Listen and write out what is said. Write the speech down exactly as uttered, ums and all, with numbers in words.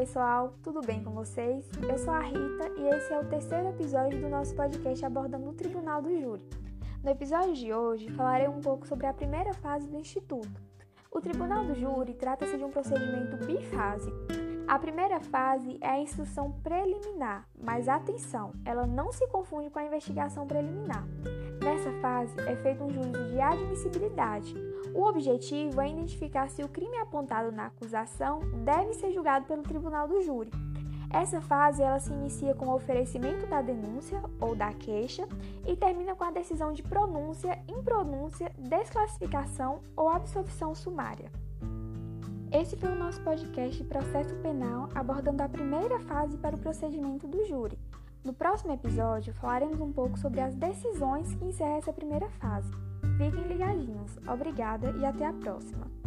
pessoal, tudo bem com vocês? Eu sou a Rita e esse é o terceiro episódio do nosso podcast abordando o Tribunal do Júri. No episódio de hoje, falarei um pouco sobre a primeira fase do Instituto. O Tribunal do Júri trata-se de um procedimento bifásico. A primeira fase é a instrução preliminar, mas atenção, ela não se confunde com a investigação preliminar. Nessa fase, é feito um juízo de admissibilidade. O objetivo é identificar se o crime apontado na acusação deve ser julgado pelo Tribunal do Júri. Essa fase ela se inicia com o oferecimento da denúncia ou da queixa e termina com a decisão de pronúncia, impronúncia, desclassificação ou absolvição sumária. Esse foi o nosso podcast Processo Penal, abordando a primeira fase para o procedimento do júri. No próximo episódio, falaremos um pouco sobre as decisões que encerram essa primeira fase. Fiquem ligadinhos. Obrigada e até a próxima!